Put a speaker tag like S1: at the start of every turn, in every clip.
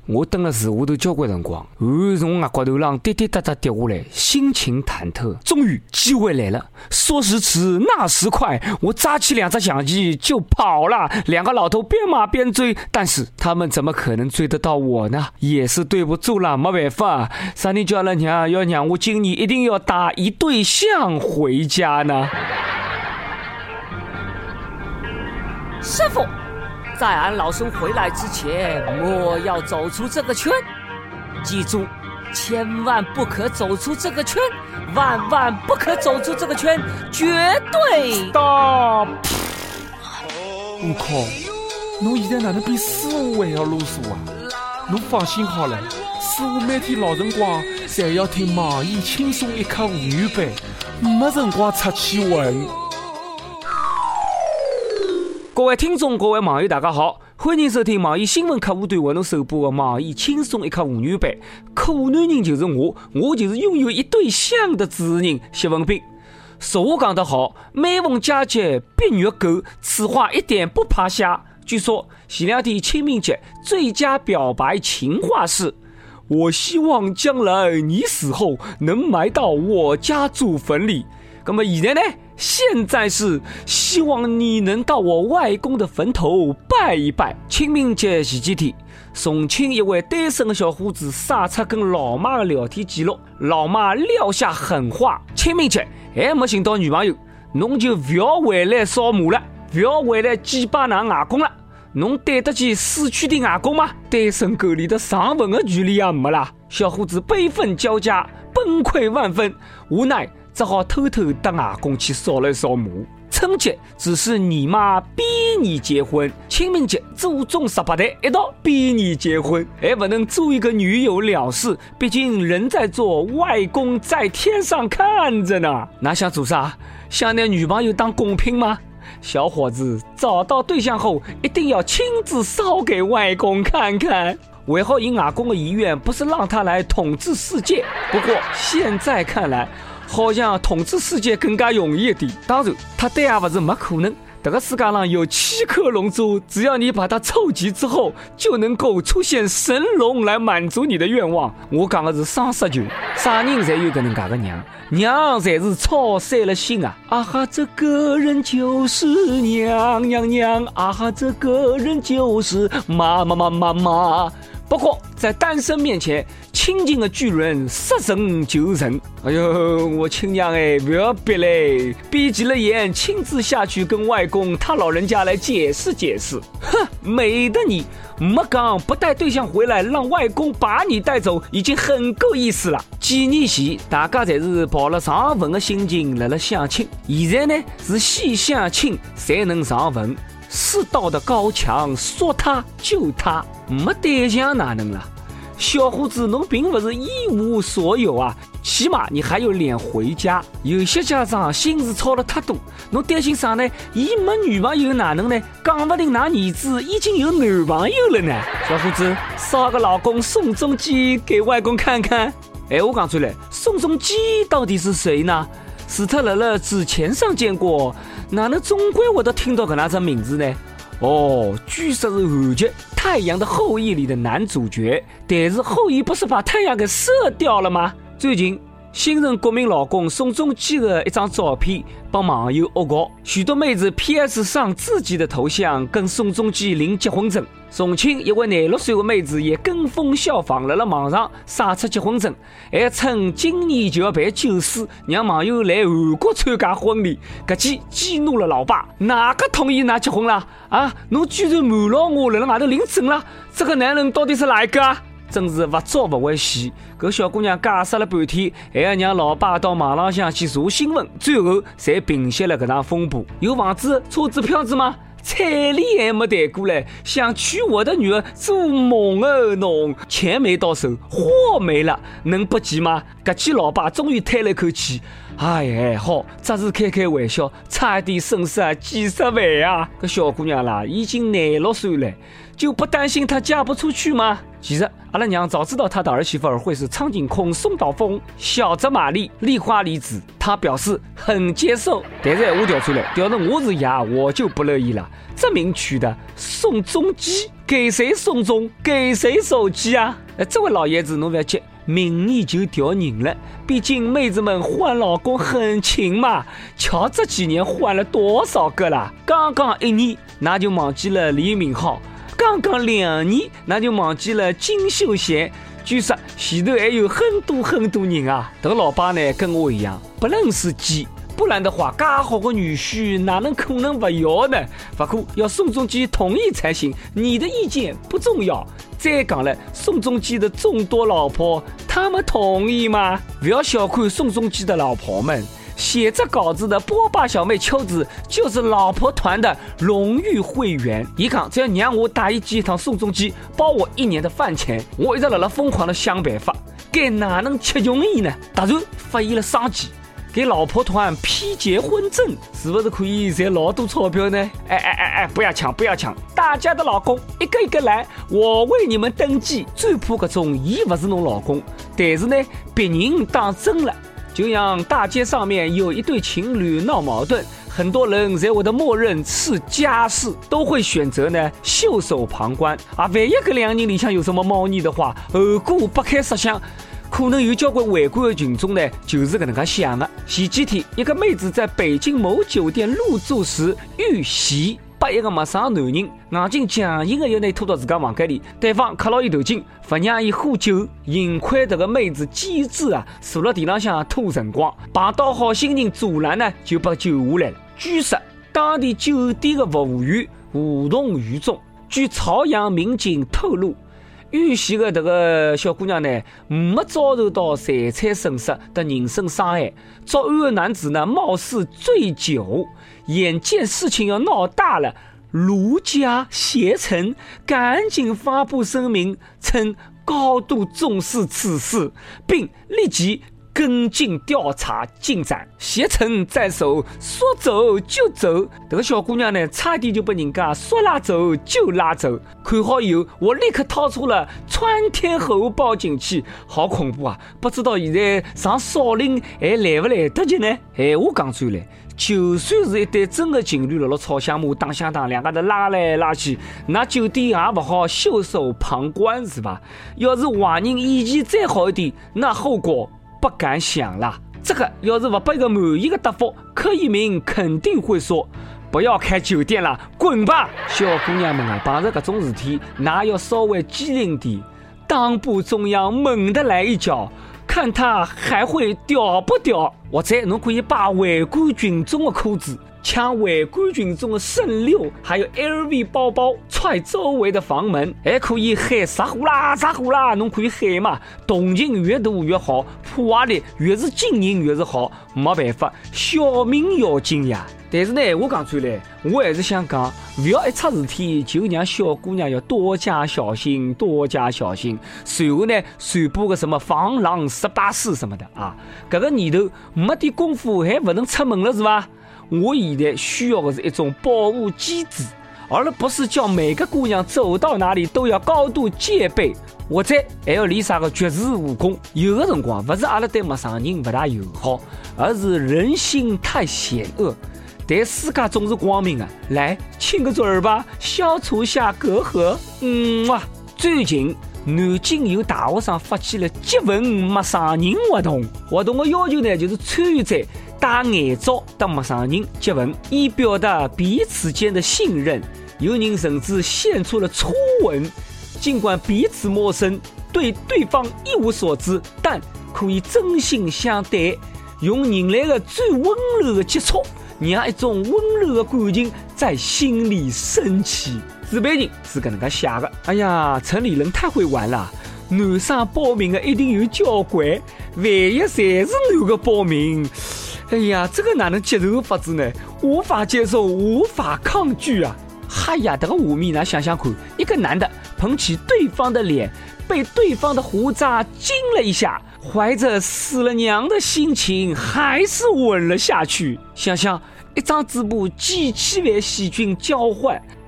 S1: 我蹲了树下头交关辰光，从额骨头上滴滴答答掉下来，心情忐忑。终于机会来了，说时迟那时快，我扎起2只相机就跑了。2个老头边骂边追，但是他们怎么可能追得到我呢？也是对不住了，没办法，啥人叫了娘要让我今年一定要打一对象回家呢？
S2: 师傅，在俺老孙回来之前，莫要走出这个圈，记住，千万不可走出这个圈，万万不可走出这个圈，绝对
S1: Stop！
S3: 悟空，侬现在哪能比师傅还要啰嗦啊？侬放心好了，师傅每天老辰光侪要听网易轻松一刻妇女版，没辰光出去玩。
S1: 各位听众，各位网友，大家好，欢迎收听网易新闻客户端为侬首播的网易轻松一刻妇女版。可男人就是我就是拥有一对象的主持人谢文斌。俗话讲得好，每逢佳节必虐狗，此话一点不怕瞎。据说前2天清明节最佳表白情话是：我希望将来你死后能埋到我家祖坟里。那么现在呢？现在是希望你能到我外公的坟头拜一拜。清明节前几天，重庆一位单身的小伙子晒出跟老妈的聊天记录，老妈撂下狠话：清明节还没寻到女朋友，侬就不要回来扫墓了，不要回来祭拜㑚外公了。侬对得起死去的外公吗？单身狗连的上坟的权利也没啦！小伙子悲愤交加，崩溃万分，无奈只好偷偷带外公去扫了扫墓。春节只是你妈逼你结婚，清明节祖宗18代一道逼你结婚，还不能做一个女友了事，毕竟人在做，外公在天上看着呢。哪想做啥？想拿女朋友当贡品吗？小伙子找到对象后，一定要亲自烧给外公看看。为好引外公的遗愿，不是让他来统治世界。不过现在看来，好像统治世界更加容易一点。当然，他对也不是没可能。这个世界上有7颗龙珠，只要你把它凑齐之后，就能够出现神龙来满足你的愿望。我讲的是双色球，啥人才有个能介个娘才是操碎了心啊！啊哈，这个人就是娘，啊哈，这个人就是妈。不过在单身面前，亲近的巨人说成就成。哎呦，我亲娘哎，不要逼嘞，逼急了眼，亲自下去跟外公他老人家来解释解释。哼，美的你没讲不带对象回来，让外公把你带走，已经很够意思了。几年前大家才是抱了上坟的心情来了相亲，现在呢是先相亲才能上坟。世道的高墙说他就他，没对象哪能了？小伙子，侬并不是一无所有啊，起码你还有脸回家。有些家长心思操了太多，侬担心啥呢？伊没女朋友哪能呢？讲不定㑚儿子已经有男朋友了呢。小伙子，烧个老公宋仲基给外公看看。我讲出来，宋仲基到底是谁呢？史特勒勒纸钱上见过，哪能总归我都听到搿那只名字呢？哦，据说是韩剧《太阳的后裔》里的男主角，但是后羿不是把太阳给射掉了吗？最近新任国民老公宋仲基的一张照片帮网友恶搞，许多妹子 PS 上自己的头像跟宋仲基领结婚证。重庆一位26岁的妹子也跟风效仿，了网上晒出结婚证，还称今年就要办90，让网友来韩国参加婚礼。搿记激怒了老爸，哪个同意㑚结婚啦？啊，侬居然瞒牢我，辣外头领证啦？这个男人到底是哪一个啊？真是不朝不会夕。搿小姑娘解释了半天，还要让老爸到网浪向去查新闻，最后才平息了搿场风波。有房子、车子、票子吗？彩礼还没谈过来，想娶我的女儿做梦哦侬！钱没到手，货没了，能不急吗？搿记老爸终于叹了一口气，哎呀，好，只是开开玩笑，差一点损失几十万啊！搿小姑娘啦，已经26岁了， 就不担心她嫁不出去吗？其实阿拉娘早知道她的儿媳妇儿会是苍井空、松岛枫、小泽玛丽、梨花梨子，她表示很接受。但是我调出来，要是我是爷，我就不乐意了。这名取的宋仲基，给谁送终，给谁手机啊？这位老爷子侬不要急，明年就调人了。毕竟妹子们换老公很勤嘛，瞧这几年换了多少个了？刚刚1年，那就忘记了李敏镐。刚刚2年，那就忘记了金秀贤。据说前头还有很多人啊。这个老爸呢，跟我一样，不认识鸡，不然的话，这好个女婿哪能可能不要呢？不过要宋仲基同意才行，你的意见不重要。再讲了，宋仲基的众多老婆，他们同意吗？不要小看宋仲基的老婆们。写这稿子的波霸小妹秋子就是老婆团的荣誉会员。伊讲只要让我带伊去一趟宋仲基，包我1年的饭钱。我一直辣疯狂的想办法，该哪能吃穷伊呢？突然发现了商机，给老婆团批结婚证，是不是可以赚老多钞票呢？不要抢，大家的老公一个一个来，我为你们登记。最怕搿种伊不是侬老公，但是呢别人当真了。就像大街上面有一对情侣闹矛盾，很多人在我的默认是家事，都会选择呢袖手旁观啊。万一搿2人里向有什么猫腻的话，后果不堪设想。可能有交关围观的群众呢，就是搿能介想的。前几天，一个妹子在北京某酒店入住时遇袭，被一个陌生男人硬劲强硬的要拿拖到自家房间里，对方磕牢伊头颈，不让伊喝酒。幸亏这个妹子机智啊，坐了地浪向拖辰光，碰到好心人阻拦呢，就被救下来了。据说当地酒店的服务员无动于衷。据朝阳民警透露，遇袭的这个小姑娘呢，没遭受到财产损失的人身伤害。作案的男子呢，貌似醉酒，眼见事情要闹大了，卢家携程赶紧发布声明，称高度重视此事，并立即跟进调查进展。携程在手，说走就走。这个小姑娘呢，差点就被人家说拉走就拉走。看好以后，我立刻掏出了穿天猴报警器，好恐怖啊！不知道现在上少林还来不来得及呢？话讲出来，就算是一对真的情侣了吵相骂打相打，两个人拉来拉去，那酒店也不好袖手旁观是吧？要是坏人演技再好一点，那后果不敢想了。这个要是不给个满意的答复，柯以明肯定会说不要开酒店了，滚吧！小姑娘们啊，碰着这种事体，那要稍微机灵点，裆部中央猛地来一脚，看他还会屌不屌。或者侬可以把围观群众的裤子抢围观群众的剩六，还有 LV 包包踹周围的房门，还可以喊杀呼啦杀呼啦，侬可以喊嘛，动静越大越好，破坏力越是惊人越是好。没办法，小命要紧呀。但是呢，我讲出来，我还是想讲，不要一出事体就让小姑娘要多加小心，多加小心。随后呢，传播个什么防狼18式什么的啊，这个年头没点功夫还不能出门了是吧？我现在需要的是一种保护机制，而不是叫每个姑娘走到哪里都要高度戒备，或者还要练啥个绝世武功。有的辰光不是阿拉对陌生人不大友好，而是人心太险恶。但世界总是光明啊！来亲个嘴儿吧，消除下隔阂。最近南京有大学生发起了接吻陌生人活动，活动的要求呢，就是参与者带眼罩跟陌生人接吻，以表达彼此间的信任。有人甚至献出了初吻，尽管彼此陌生，对对方一无所知，但可以真心相待，用人类的最温柔的接触，让一种温柔的感情在心里升起。日本人是搿能介写的。哎呀，陈理人太会玩了，男生报名的一定有交关，万一侪是男的报名，哎呀，这个哪能接受法子呢？无法接受，无法抗拒啊！哎呀，这个画面呢，想想看，一个男的捧起对方的脸，被对方的胡渣惊了一下，怀着死了娘的心情，还是吻了下去。想想一张嘴巴几千万细菌交换，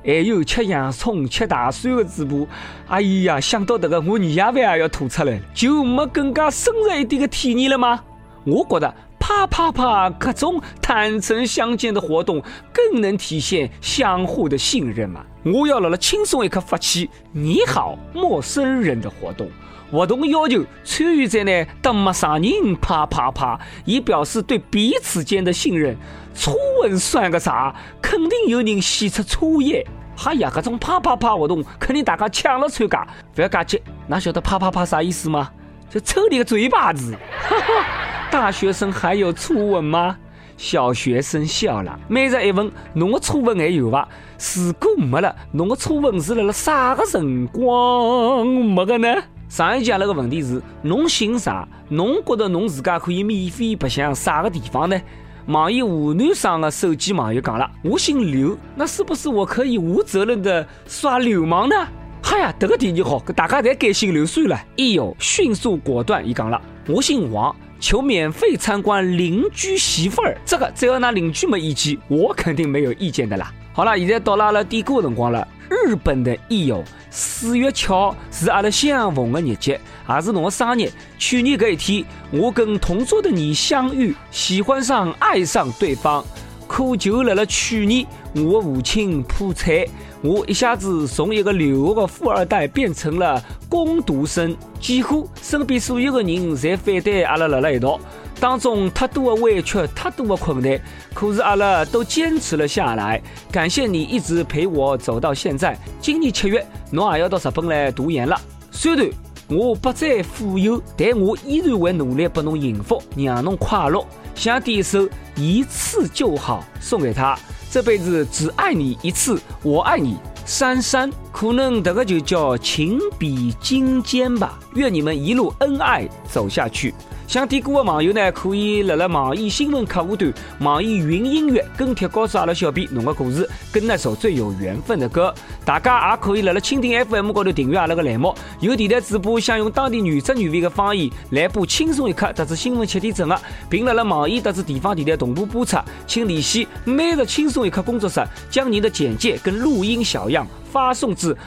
S1: 还有吃洋葱、吃大蒜的嘴巴。哎呀，想到这个，我耳牙也要吐出来了。就没更加深入一点的体验了吗？我觉得啪啪啪各种坦诚相见的活动更能体现相互的信任嘛。我要了轻松一刻发起你好陌生人的活动。活动要求参与者呢，当陌生人啪啪啪，以表示对彼此间的信任。初吻算个啥？肯定有人喜出初夜。哎呀，这种啪啪啪活动肯定大家抢了参加。不要介急，哪晓得啪啪啪啥意思吗？就抽你个嘴巴子！哈哈，大学生还有初吻吗？小学生笑了。每日一问，侬的初吻还有伐？如果没了，侬的初吻是辣啥个辰光没的呢？上一讲那个问题是，侬姓啥？侬觉得侬自家可以免费白相啥个地方呢？网易湖南省的手机网友讲了，我姓刘，那是不是我可以无责任的耍流氓呢？哎呀，这个提议好，大家侪改姓刘算了。益友迅速果断，伊讲了，我姓王，求免费参观邻居媳妇儿，这个只要拿邻居没意见，我肯定没有意见的啦。好了，现在到了阿拉点歌的辰光了。日本的益友4月7号是阿拉相逢的日节，也是侬的生日。去年这一天，我跟同桌的你相遇，喜欢上、爱上对方。可就辣辣去年，我的父亲破产，我一下子从一个留学的富二代变成了工读生，几乎身边所有的人侪反对阿拉辣辣一道。当中太多的委屈，太多的困难，可是阿拉都坚持了下来。感谢你一直陪我走到现在。今年7月，侬也要到日本来读研了。虽然我不再富有，但我依然会努力把侬幸福，让侬快乐。想点一首《一次就好》送给他，这辈子只爱你一次，我爱你。珊珊，可能这个就叫情比金坚吧。愿你们一路恩爱走下去。想点歌的网友呢，可以辣辣网易新闻客户端、网易云音乐跟帖告诉阿拉小编侬的故事跟那首最有缘分的歌。大家也可以辣辣蜻蜓 FM 高头订阅阿拉个栏目。有电台主播想用当地原汁原味的方言来播轻松一刻特子新闻7点整的，并辣辣网易特子地方电台同步播出，请联系每日轻松一刻工作室，将您的简介跟录音小样发送至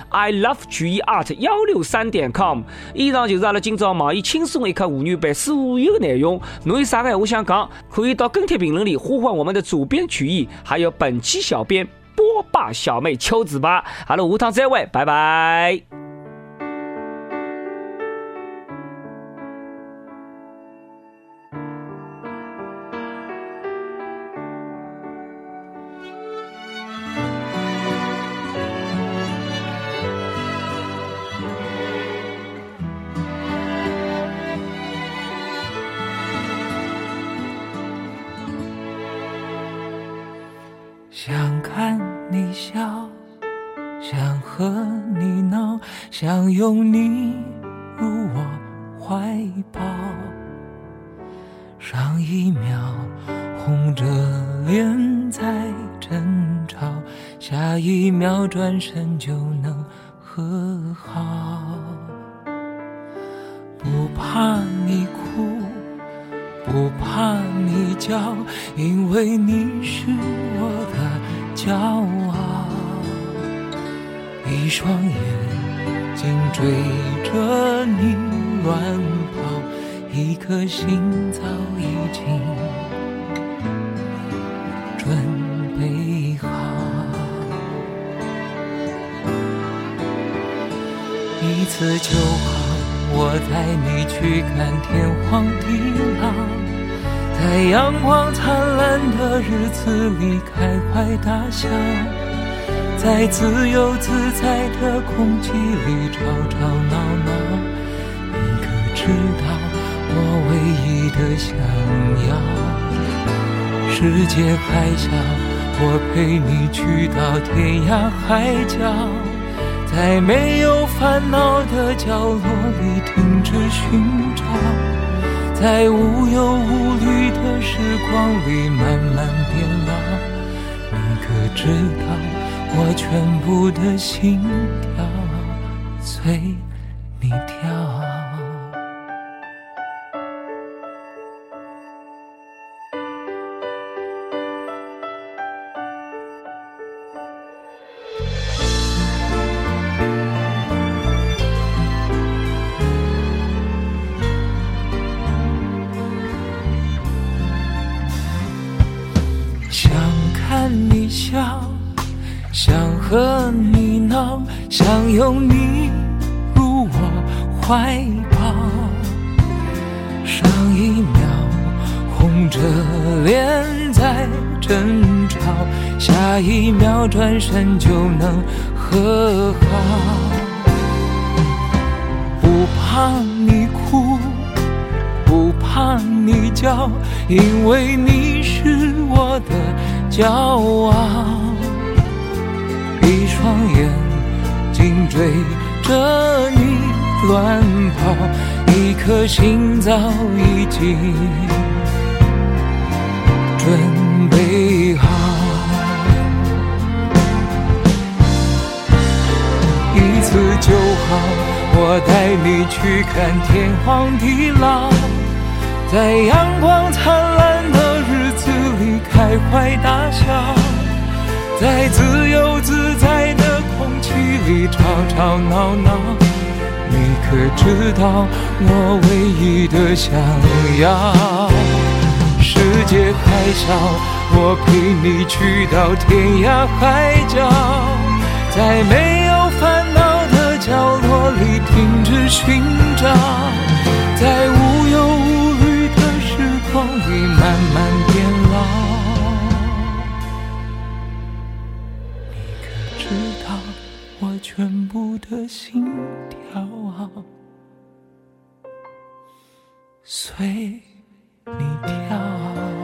S1: iLoveGEART163.com。 以上就是阿拉今朝网易轻松一刻妇女版所有的内容。侬有啥个闲话想讲，可以到跟帖评论里呼唤我们的主编曲艺，还有本期小编波霸小妹秋子吧。阿拉下趟再会，拜拜。
S4: 想看你笑，想和你闹，想拥你入我怀抱。上一秒红着脸在争吵，下一秒转身就能和好。不怕你哭，不怕你叫，因为你是我的骄傲。一双眼睛追着你乱跑，一颗心早已经准备好。一次就好，我带你去看天荒地老，在阳光灿烂的日子里开怀大笑，在自由自在的空气里吵吵闹闹。你可知道我唯一的想要，世界还小，我陪你去到天涯海角，在没有烦恼的角落里停止寻找，在无忧无虑的时光里慢慢变老。你可知道我全部的心跳随你跳。 想拥你入我怀抱，上一秒红着脸在争吵，下一秒转身就能和好。不怕你哭，不怕你叫，因为你是我的骄傲。一双眼睛追着你乱跑，一颗心早已经准备好。一次就好，我带你去看天荒地老，在阳光灿烂的日子里开怀大笑，在自由自在的空气里吵吵闹闹。你可知道我唯一的想要？世界还小，我陪你去到天涯海角，在没有烦恼的角落里停止寻找，在无忧无虑的时光里慢慢变老。你可知道我全部的心跳随你跳。